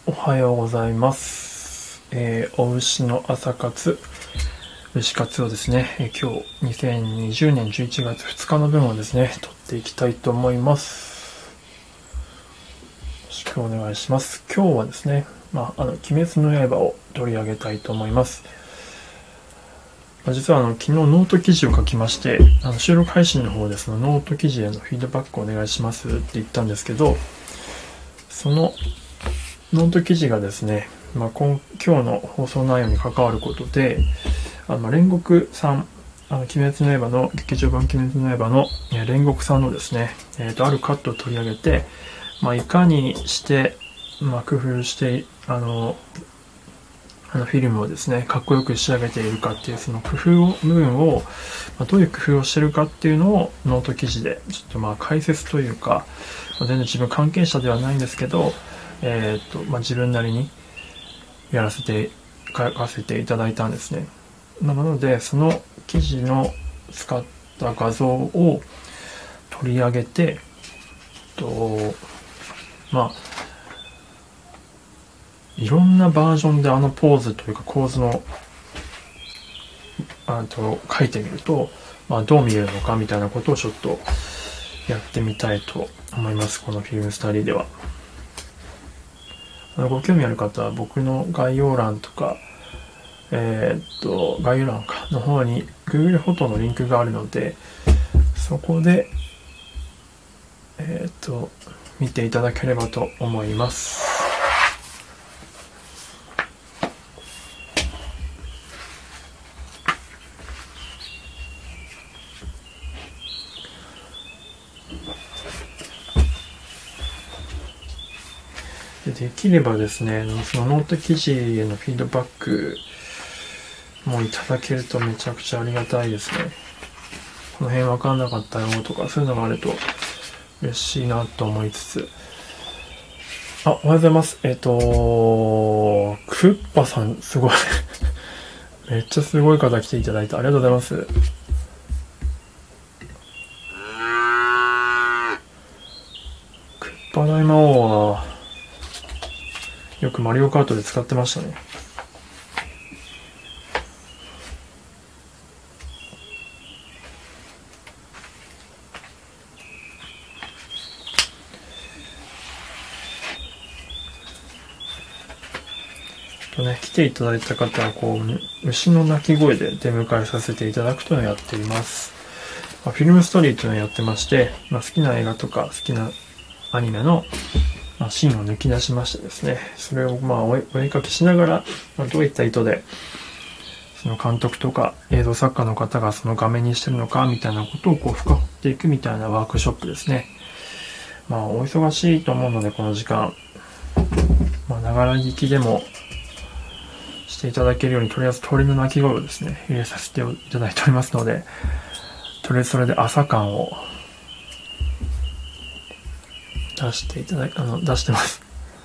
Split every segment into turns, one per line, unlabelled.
おはようございます。お牛の朝活、牛活をですね、今日2020年11月2日の分をですね、撮っていきたいと思います。よろしくお願いします。今日はですね、鬼滅の刃を取り上げたいと思います。実は昨日ノート記事を書きまして、収録配信の方でそのノート記事へのフィードバックをお願いしますって言ったんですけど、そのノート記事がですね、今日の放送内容に関わることで、煉獄さん、鬼滅の刃の劇場版鬼滅の刃の煉獄さんのですね、あるカットを取り上げて、いかにして、工夫してフィルムをですね、かっこよく仕上げているかっていうその工夫部分を、どういう工夫をしているかっていうのをノート記事でちょっと解説というか、全然自分関係者ではないんですけど、自分なりに書かせていただいたんですね。なのでその記事の使った画像を取り上げて、いろんなバージョンでポーズというか構図の書いてみると、どう見えるのかみたいなことをちょっとやってみたいと思います。このフィルムスタディでは。ご興味ある方は僕の概要欄とか、概要欄の方に Google フォトのリンクがあるので、そこで見ていただければと思います。できればですね、そのノート記事へのフィードバックもいただけるとめちゃくちゃありがたいですね。この辺分かんなかったよとか、そういうのがあると嬉しいなと思いつつ。おはようございます。クッパさん、すごい。めっちゃすごい方来ていただいてありがとうございます。クッパ大魔王は、よくマリオカートで使ってましたね。来ていただいた方は牛の鳴き声で出迎えさせていただくというのをやっています。フィルムストーリーというのをやってまして、好きな映画とか好きなアニメのシーンを抜き出しましてですね、それをお絵かきしながら、どういった意図でその監督とか映像作家の方がその画面にしてるのかみたいなことを深掘っていくみたいなワークショップですね。お忙しいと思うのでこの時間、ながら聞きでもしていただけるように、とりあえず鳥の鳴き声をですね入れさせていただいておりますので、とりあえずそれで朝感を出してます。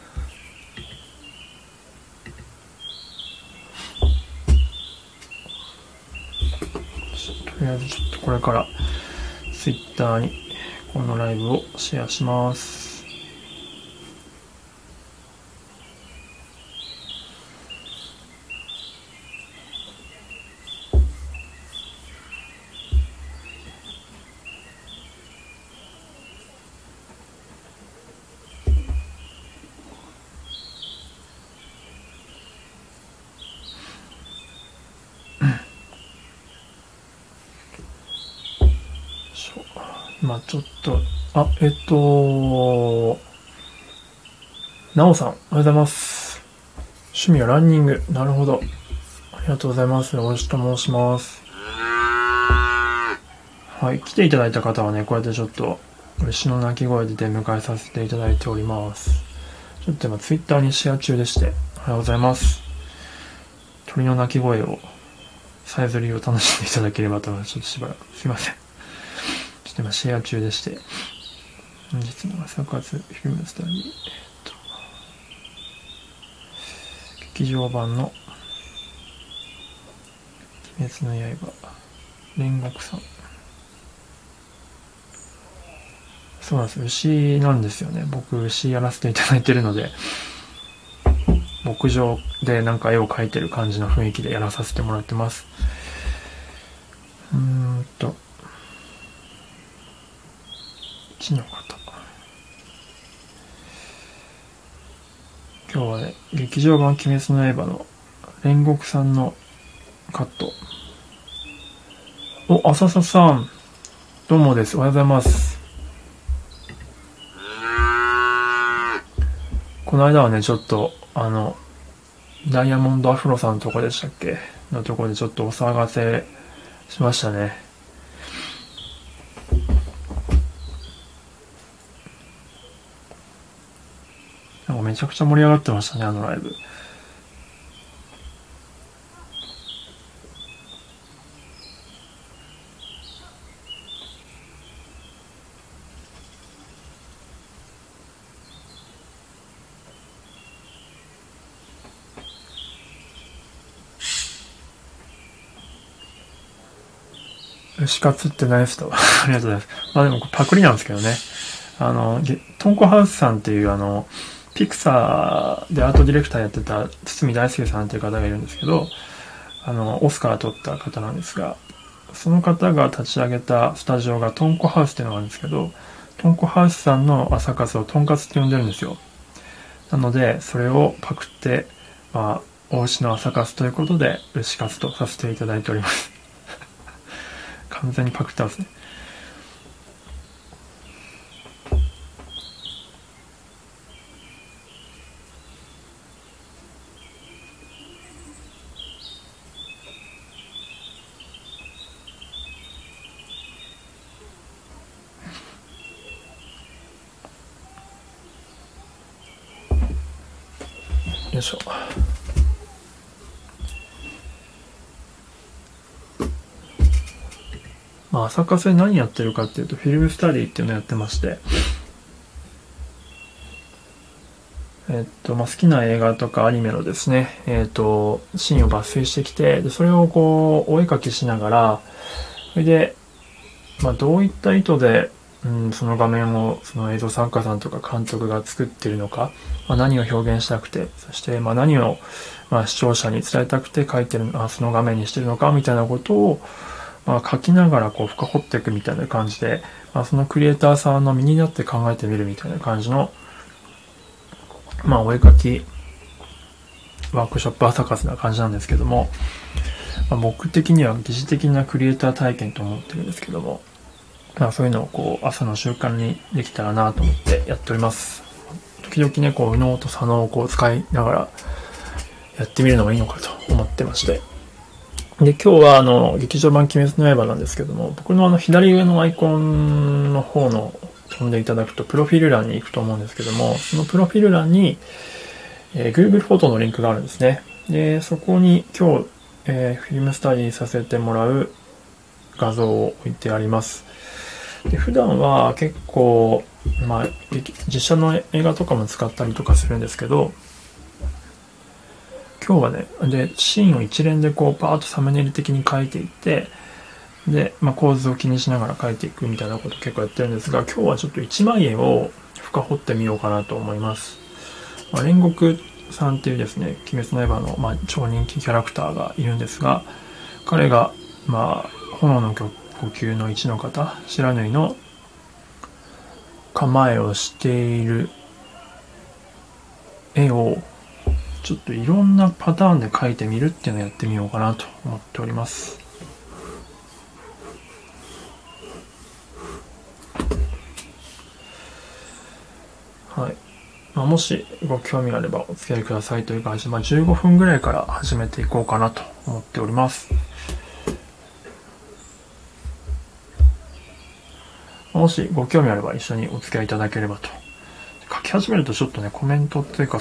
とりあえずちょっとこれからツイッターにこのライブをシェアします。ちょっとなおさん、おはようございます。趣味はランニング。なるほど。ありがとうございます。おしと申します。はい、来ていただいた方はね、こうやってちょっと牛の鳴き声で出迎えさせていただいております。ちょっと今ツイッターにシェア中でして、おはようございます。鳥の鳴き声をさえずりを楽しんでいただければと、ちょっとしばらくすいません。ちょっと今シェア中でして、本日の朝活フィルムスタディ、劇場版の鬼滅の刃煉獄さん。そうなんです。牛なんですよね。僕牛やらせていただいてるので、 牧場でなんか絵を描いてる感じの雰囲気でやらさせてもらってます。1の方。今日はね、劇場版鬼滅の刃の煉獄さんのカット。お、浅田さん。どうもです。おはようございます。この間はね、ちょっと、ダイヤモンドアフロさんのとこでしたっけのとこでちょっとお騒がせしましたね。なんかめちゃくちゃ盛り上がってましたね、あのライブ。牛カツってナイスと。ありがとうございます。まあでもパクリなんですけどね。トンコハウスさんっていうピクサーでアートディレクターやってた堤大輔さんっていう方がいるんですけど、オスカー取った方なんですが、その方が立ち上げたスタジオがトンコハウスっていうのがあるんですけど、トンコハウスさんの朝活をトンカツって呼んでるんですよ。なので、それをパクって、まあ、大牛の朝活ということで、牛カツとさせていただいております。完全にパクってますね。よいしょ。まあ、朝活で何やってるかっていうと、フィルムスタディっていうのをやってまして、まあ、好きな映画とかアニメのですね、シーンを抜粋してきて、でそれをこう、お絵描きしながら、それで、まあ、どういった意図で、その画面をその映像作家さんとか監督が作っているのか、まあ、何を表現したくて、そしてまあ何をまあ視聴者に伝えたくて描いてるその画面にしてるのかみたいなことをまあ書きながらこう深掘っていくみたいな感じで、まあ、そのクリエイターさんの身になって考えてみるみたいな感じのまあお絵描きワークショップ朝活な感じなんですけども、まあ、僕的には疑似的なクリエイター体験と思ってるんですけども、まあ、そういうのをこう朝の習慣にできたらなと思ってやっております。時々ね、こう右脳と左脳をこう使いながらやってみるのもいいのかと思ってまして。で、今日は劇場版鬼滅の刃なんですけども、僕の左上のアイコンの方の飛んでいただくとプロフィール欄に行くと思うんですけども、そのプロフィール欄に、Google フォトのリンクがあるんですね。で、そこに今日、フィルムスタディさせてもらう画像を置いてあります。で普段は結構、まあ、実写の映画とかも使ったりとかするんですけど、今日はね、で、シーンを一連でこう、パーッとサムネイル的に書いていって、で、まあ、構図を気にしながら書いていくみたいなことを結構やってるんですが、今日はちょっと一枚絵を深掘ってみようかなと思います。まあ、煉獄さんっていうですね、鬼滅の刃の、まあ、超人気キャラクターがいるんですが、彼が、まあ、炎の呼吸の一の方、不知火の構えをしている絵をちょっといろんなパターンで描いてみるっていうのをやってみようかなと思っております。はい。まあ、もしご興味あればお付き合いくださいという感じで、まあ、15分ぐらいから始めていこうかなと思っております。もしご興味あれば一緒にお付き合いいただければと。書き始めるとちょっとね、コメントっていうか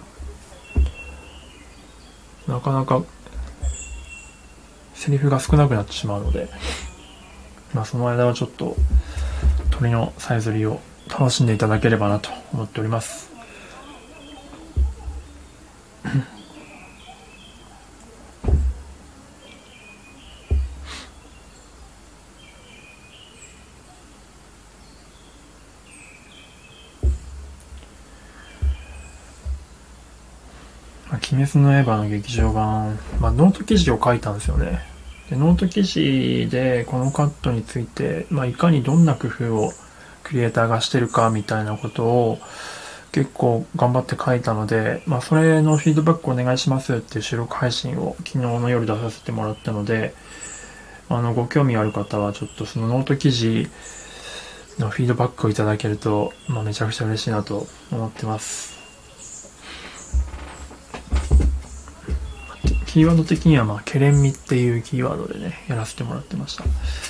なかなかセリフが少なくなってしまうので、まあその間はちょっと鳥のさえずりを楽しんでいただければなと思っております。 鬼滅の刃の劇場版、ノート記事を書いたんですよね。でノート記事でこのカットについて、いかにどんな工夫をクリエイターがしてるかみたいなことを結構頑張って書いたので、それのフィードバックお願いしますっていう収録配信を昨日の夜出させてもらったので、ご興味ある方はちょっとそのノート記事のフィードバックをいただけると、めちゃくちゃ嬉しいなと思ってます。キーワード的にはケレンミっていうキーワードでね、やらせてもらってました。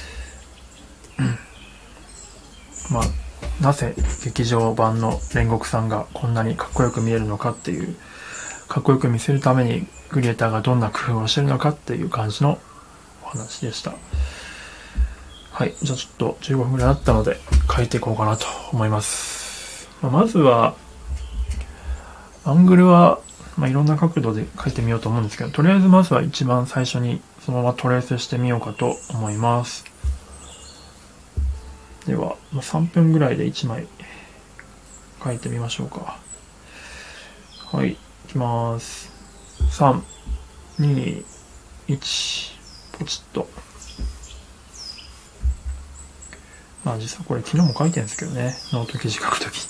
なぜ劇場版の煉獄さんがこんなにかっこよく見えるのかっていう、かっこよく見せるためにクリエイターがどんな工夫をしてるのかっていう感じのお話でした。はい、じゃあちょっと15分ぐらいあったので書いていこうかなと思います。まずはアングルはいろんな角度で書いてみようと思うんですけど、とりあえずまずは一番最初にそのままトレースしてみようかと思います。では3分ぐらいで1枚書いてみましょうか。はい、いきます。3、2、1、ポチッと。実際これ昨日も書いてるんですけどね、ノート記事書くとき。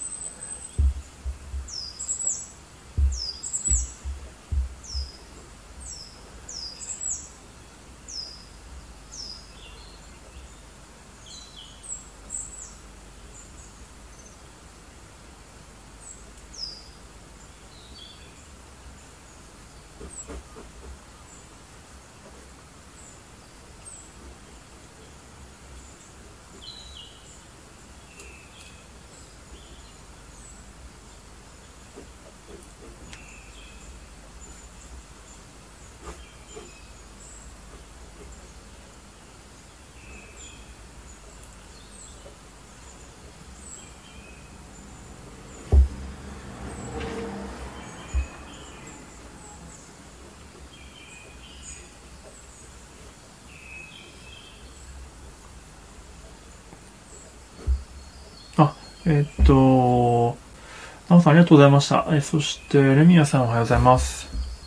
ナオさんありがとうございました。そしてレミヤさんおはようございます。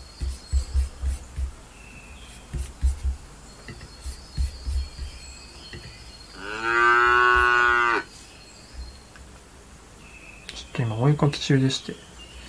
ちょっと今お絵かき中でして。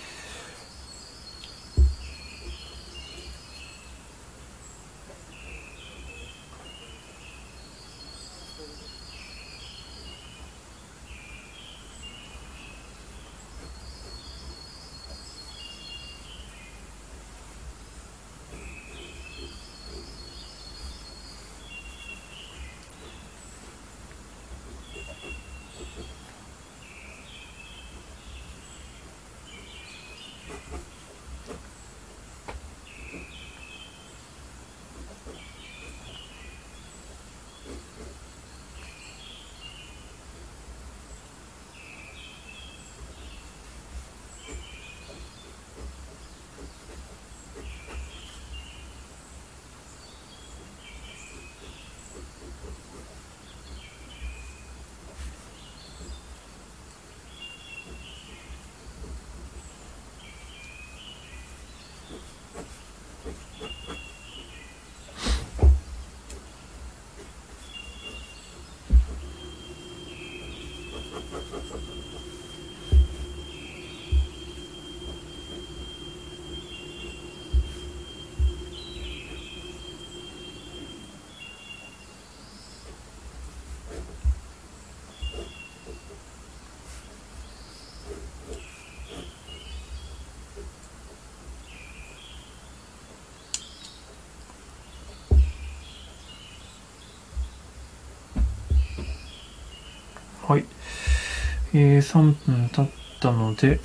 はい、3分経ったので、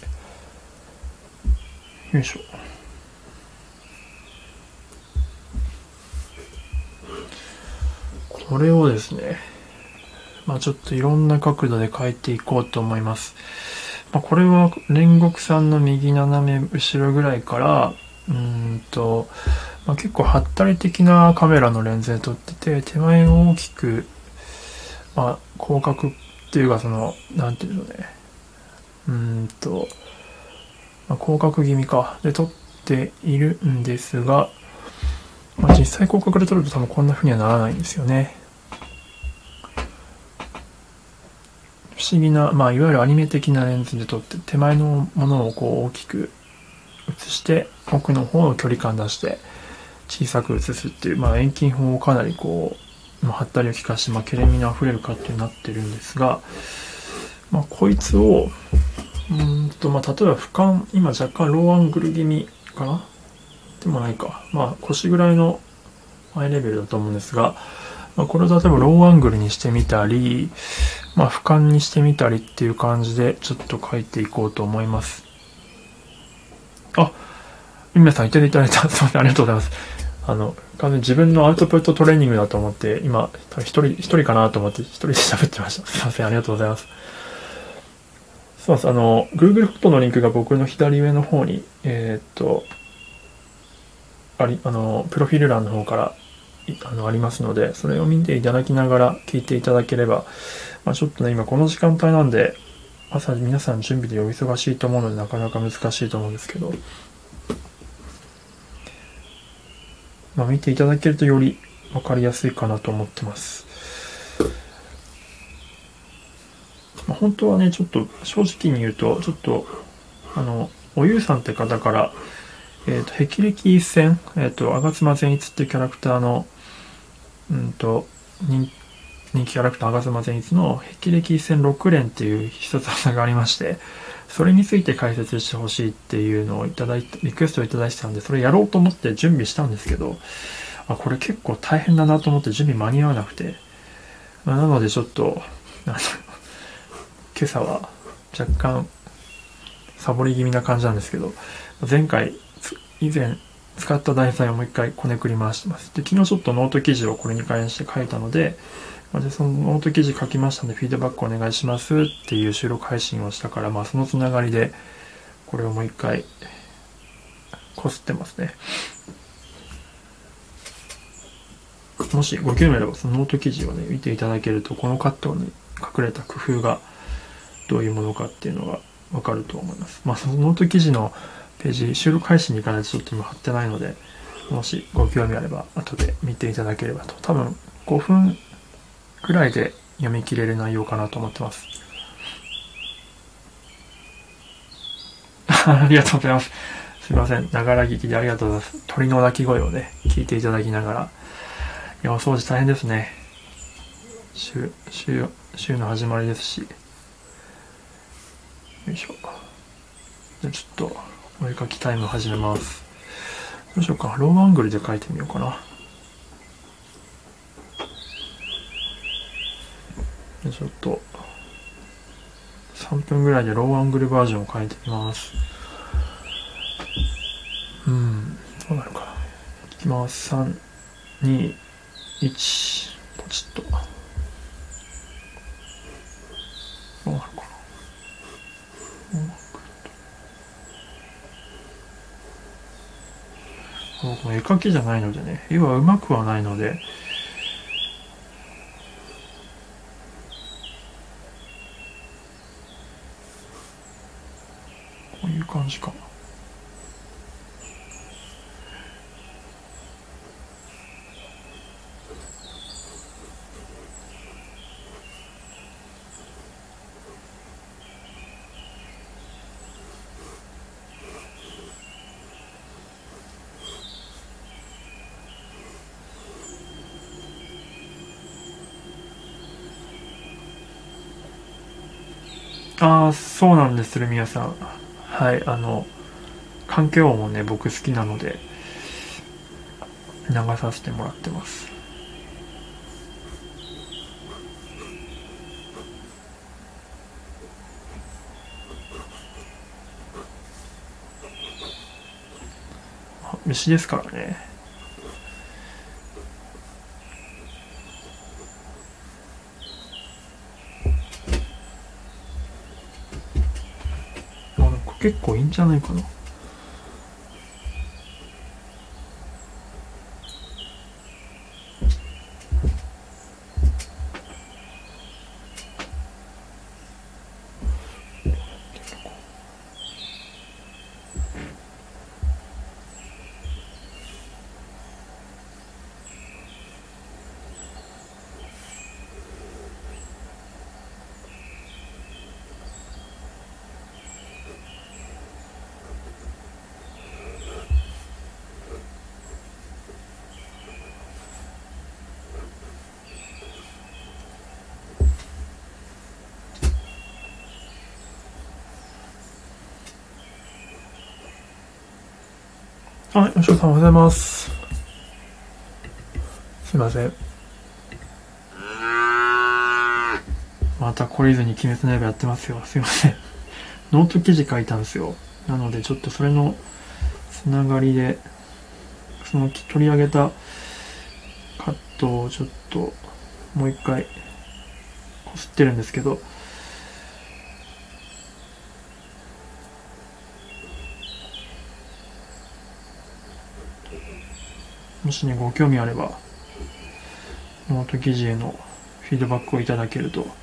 よいしょ。これをですね、ちょっといろんな角度で描いていこうと思います。これは煉獄さんの右斜め後ろぐらいから結構ハッタリ的なカメラのレンズで撮ってて、手前を大きく広角っていうかなんていうのね、広角気味かで撮っているんですが、実際広角で撮ると多分こんな風にはならないんですよね。不思議な、いわゆるアニメ的なレンズで撮って、手前のものをこう大きく映して、奥の方の距離感出して小さく映すっていう、遠近法をかなりこう、はったりを利かして、ケレミの溢れるカットになってるんですが、こいつを、例えば俯瞰、今若干ローアングル気味かなでもないか。腰ぐらいのアイレベルだと思うんですが、これを例えばローアングルにしてみたり、俯瞰にしてみたりっていう感じでちょっと書いていこうと思います。皆さんいただいた。すみません、ありがとうございます。完全に自分のアウトプットトレーニングだと思って、今、一人かなと思って一人で喋ってました。すみません、ありがとうございます。そうです。Google フォトのリンクが僕の左上の方に、プロフィール欄の方からありますので、それを見ていただきながら聞いていただければ、ちょっとね、今この時間帯なんで、朝皆さん準備でお忙しいと思うので、なかなか難しいと思うんですけど、見ていただけるとより分かりやすいかなと思ってます。本当はね、ちょっと正直に言うと、ちょっと、おゆうさんって方から、霹靂一戦、吾妻善逸っていうキャラクターの、人気キャラクター吾妻善逸の霹靂一戦6連っていう必殺技がありまして、それについて解説してほしいっていうのをリクエストをいただいてたんで、それやろうと思って準備したんですけど、これ結構大変だなと思って準備間に合わなくて、なのでちょっと、今朝は若干サボり気味な感じなんですけど、以前使った題材をもう一回こねくり回してます。で、昨日ちょっとノート記事をこれに関して書いたので、そのノート記事書きましたのでフィードバックお願いしますっていう収録配信をしたから、そのつながりでこれをもう一回こすってますね。もしご興味あればそのノート記事をね見ていただけると、このカットに隠れた工夫がどういうものかっていうのがわかると思います。そのノート記事のページ、収録配信に行かないとちょっと今貼ってないので、もしご興味あれば後で見ていただければと。多分5分くらいで読み切れる内容かなと思ってます。ありがとうございます。すいません。ながら聞きでありがとうございます。鳥の鳴き声をね、聞いていただきながら。いや、お掃除大変ですね。週の始まりですし。よいしょ。じゃあちょっと、お絵描きタイム始めます。どうしようか。ローアングルで描いてみようかな。ちょっと、3分ぐらいでローアングルバージョンを描いてみます。どうなるかな。いきます。3、2、1、ポチッと。どうなるかな。この絵描きじゃないのでね、絵はうまくはないので、こういう感じかな。そうなんです、ルミヤさん。はい、環境音もね、僕好きなので、流させてもらってます。虫ですからね。結構いいんじゃないかな。 はい、吉尾さんおはようございます。すいません。また懲りずに鬼滅の刃やってますよ。すいません。ノート記事書いたんですよ。なのでちょっとそれのつながりで、その取り上げたカットをちょっともう一回こすってるんですけど、もしね、ご興味あれば、ノート記事へのフィードバックをいただけると。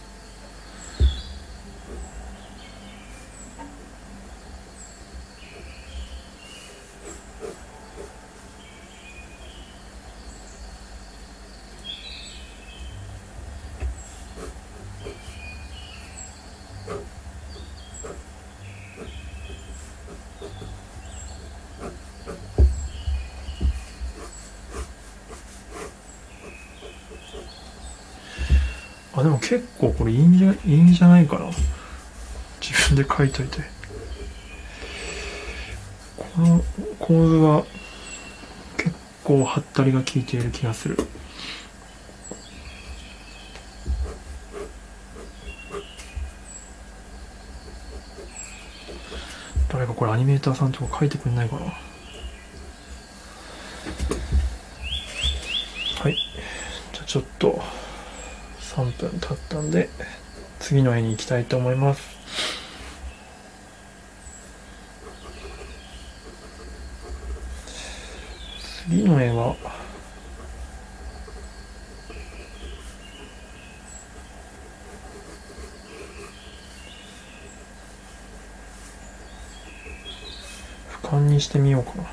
あ、でも結構これいいんじゃないかな。自分で書いといて。この構図は結構ハったりが効いている気がする。誰かこれアニメーターさんとか書いてくれないかな。はい。じゃあちょっと3分経ったんで次の絵に行きたいと思います。次の絵は俯瞰にしてみようかな。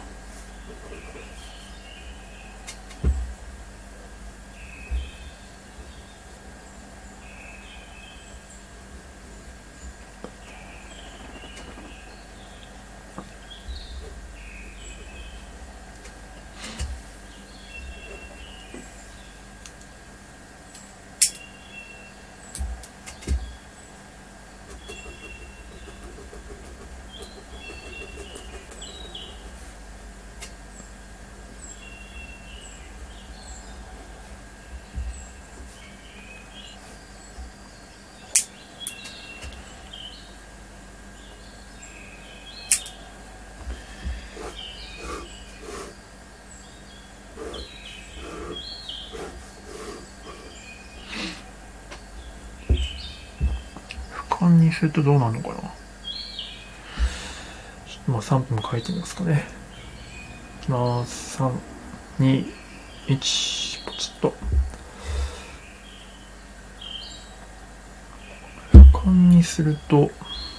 俯瞰にするとどうなるのかな。まあ3分書いてみますかね。いきます。3、2、1、ポチッと。俯瞰にすると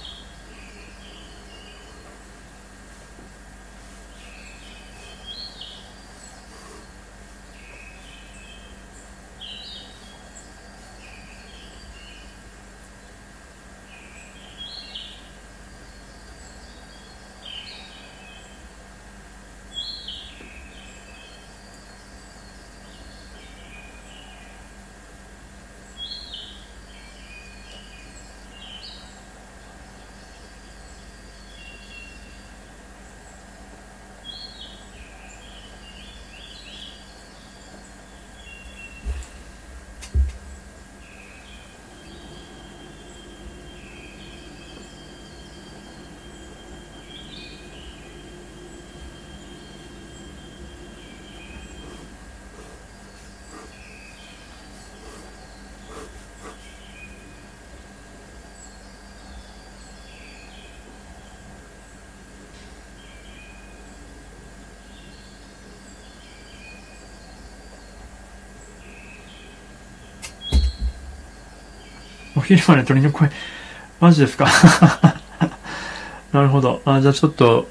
お昼まで鳥の声、マジですか。なるほど。じゃあちょっと、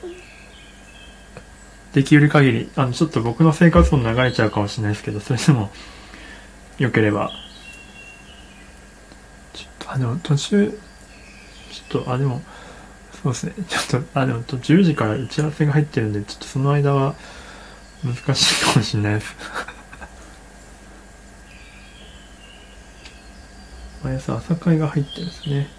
できる限り、ちょっと僕の生活音流れちゃうかもしれないですけど、それでも、良ければ。ちょっと、でも途中、ちょっと、でも、そうですね。ちょっと、でも10時から打ち合わせが入ってるんで、ちょっとその間は難しいかもしれないです。毎朝朝会が入ってるんですね。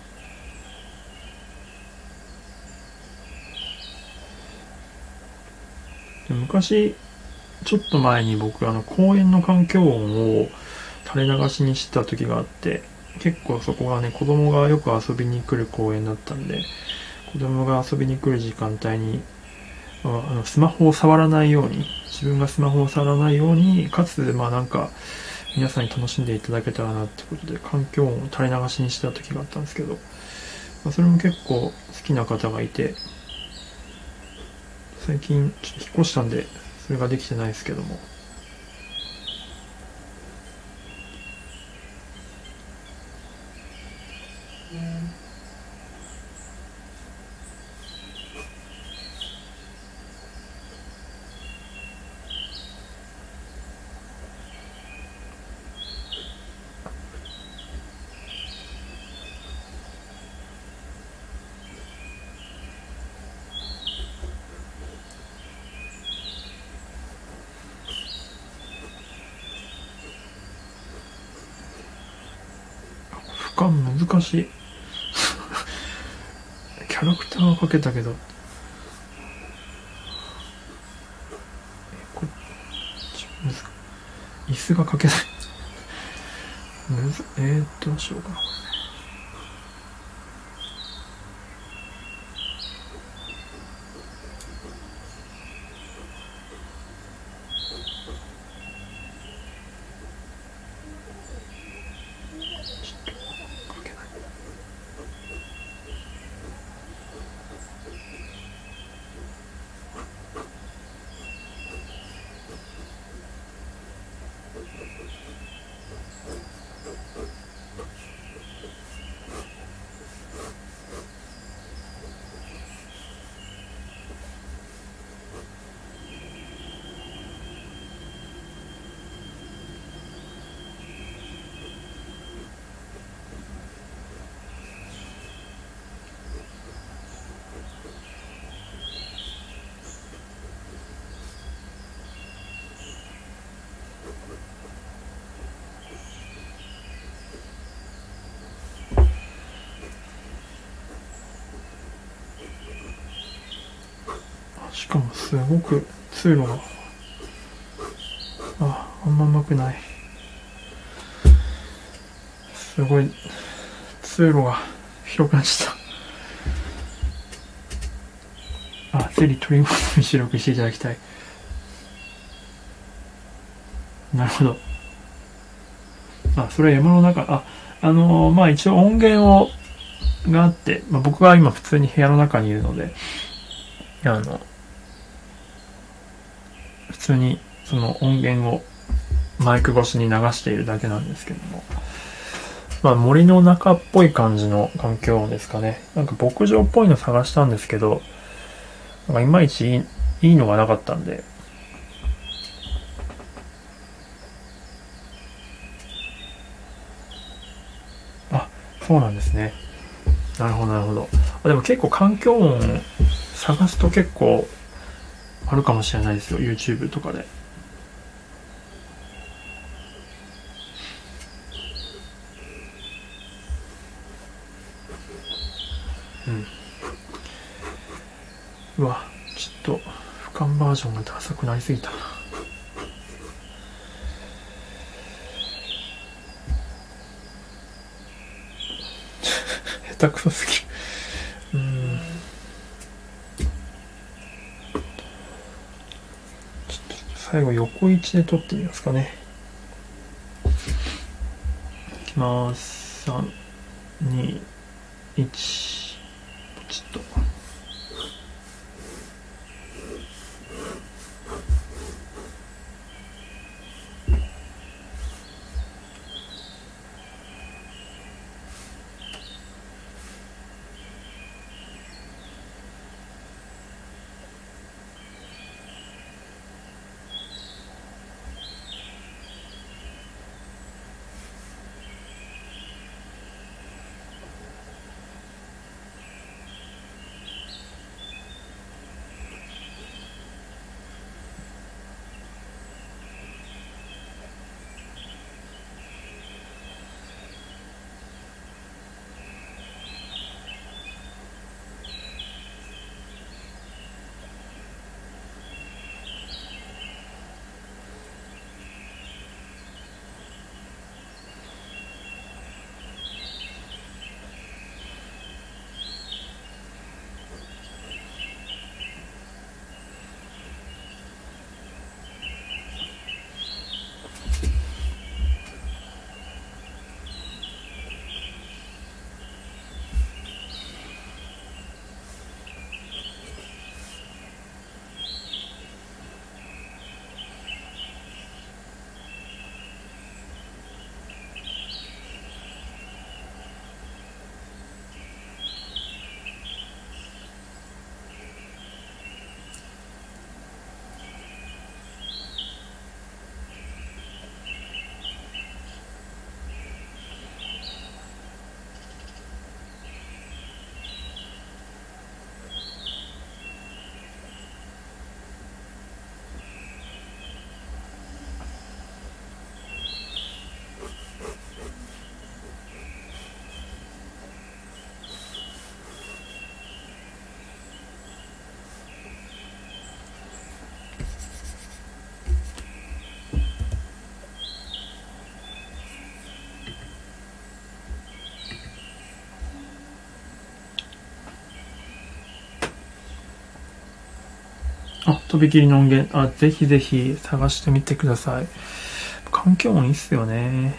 昔、ちょっと前に僕、公園の環境音を垂れ流しにしてた時があって、結構そこがね、子供がよく遊びに来る公園だったんで、子供が遊びに来る時間帯に、スマホを触らないように、自分がスマホを触らないように、かつ、皆さんに楽しんでいただけたらなってことで、環境音を垂れ流しにしてた時があったんですけど、それも結構好きな方がいて、最近ちょっと引っ越したんで、それができてないですけども。俯瞰難しい。キャラクターをかけたけど、これ、椅子がかけない。どうしようかな。しかもすごく通路が、あんまうまくない。すごい通路が広くなっちゃった。ぜひ取り戻し収録していただきたい。なるほど。それは山の中、一応音源があって、僕は今普通に部屋の中にいるので、普通にその音源をマイク越しに流しているだけなんですけども、森の中っぽい感じの環境音ですかね。牧場っぽいの探したんですけど、いまいちいいのがなかったんで、そうなんですね。なるほどなるほど。でも結構環境音探すと結構あるかもしれないですよ、 YouTube とかで。うわ、ちょっと俯瞰バージョンがダサくなりすぎたな。下手くそすぎる。ちょっと最後横位置で撮ってみますかね。いきます。3、2、1、ポチッと。 とびきりの音源、ぜひぜひ探してみてください。環境音いいっすよね。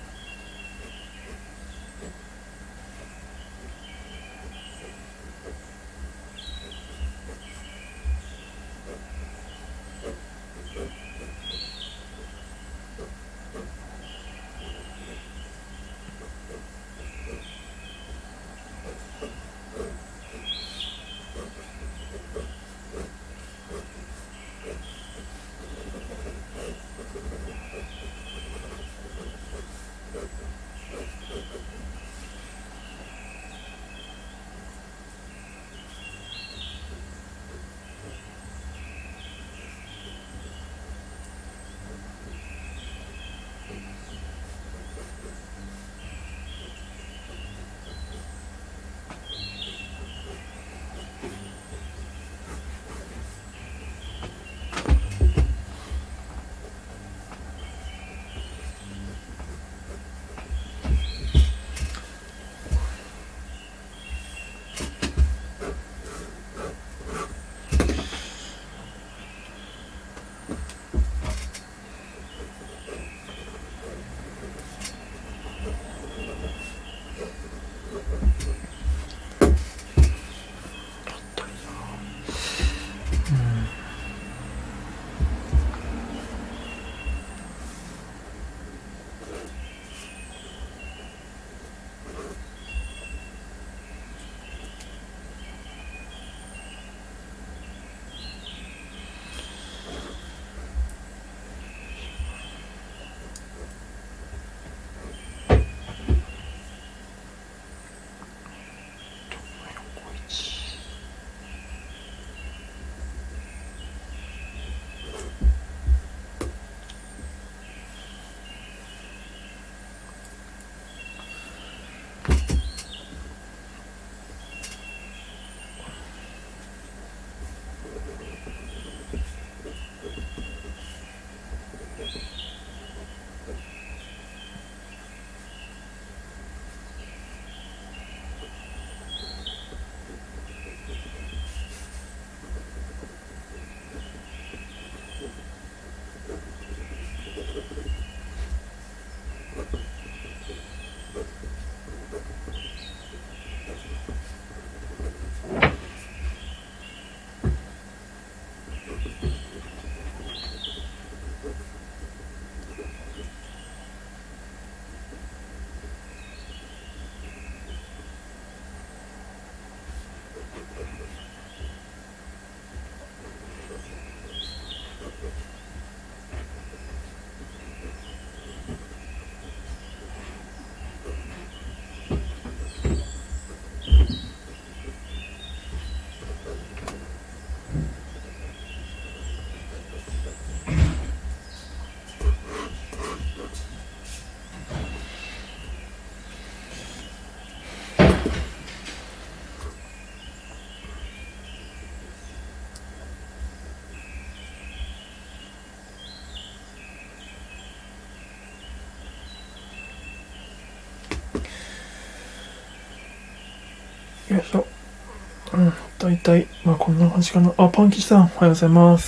よいしょ。大体、こんな感じかな。パンキチさん、おはようございます。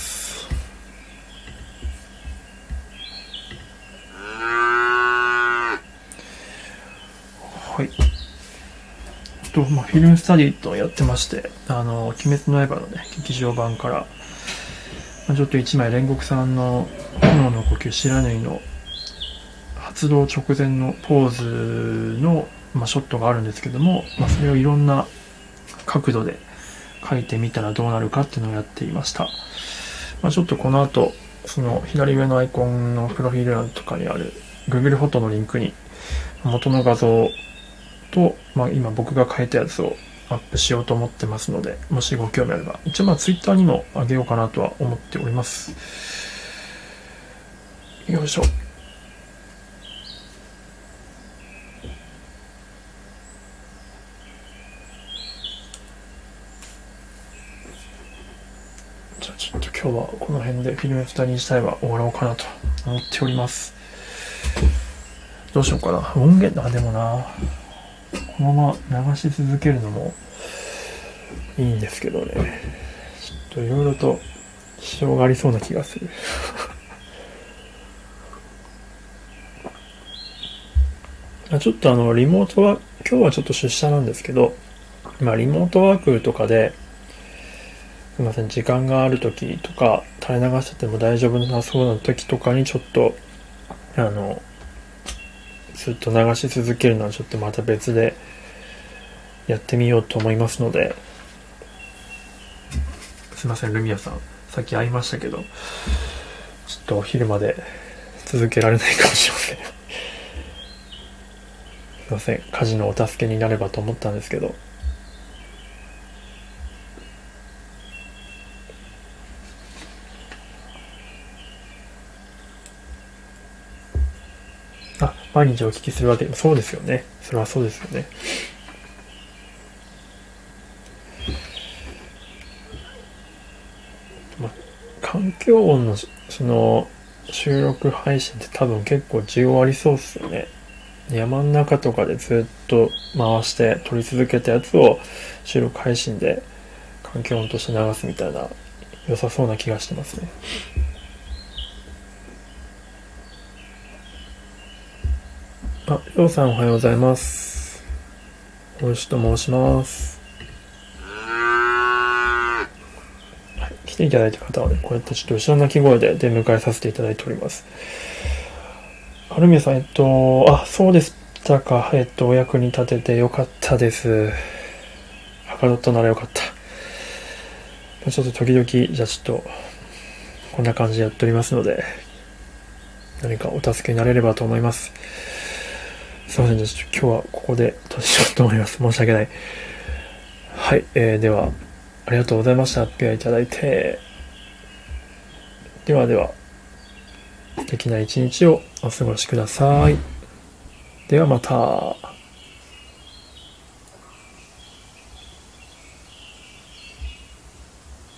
はい。フィルムスタディとやってまして、鬼滅の刃のね、劇場版から、ちょっと一枚煉獄さんの炎の呼吸知らぬいの発動直前のポーズの、ショットがあるんですけども、それをいろんな角度で描いてみたらどうなるかっていうのをやっていました。ちょっとこの後、その左上のアイコンのプロフィール欄とかにある Google フォトのリンクに元の画像と、今僕が描いたやつをアップしようと思ってますので、もしご興味あれば、一応Twitter にもあげようかなとは思っております。よいしょ。じゃあちょっと今日はこの辺でフィルムスタディ自体は終わろうかなと思っております。どうしようかな。音源でもな、このまま流し続けるのもいいんですけどね。ちょっといろいろと支障がありそうな気がする。ちょっとリモートは、今日はちょっと出社なんですけど、リモートワークとかで、すいません、時間がある時とか、垂れ流してても大丈夫なそうな時とかにちょっと、ずっと流し続けるのはちょっとまた別でやってみようと思いますので、すいません、ルミアさん、さっき会いましたけど、ちょっとお昼まで続けられないかもしれません。すいません、家事のお助けになればと思ったんですけど。毎日お聞きするわけでも、そうですよね。それはそうですよね。環境音のその収録配信って多分結構需要ありそうっすよね。山の中とかでずっと回して撮り続けたやつを収録配信で環境音として流すみたいな良さそうな気がしてますね。りょうさんおはようございます。おいしと申します。来ていただいた方はね、こうやってちょっと後ろの鳴き声で出迎えさせていただいております。はるみさん、そうでしたか。お役に立ててよかったです。はかどったならよかった。ちょっと時々、じゃあちょっと、こんな感じでやっておりますので、何かお助けになれればと思います。すいません、じゃあ今日はここで閉じようと思います。申し訳ない。はい、では、ありがとうございました。発表いただいて。ではでは、素敵な一日をお過ごしください。ではまた。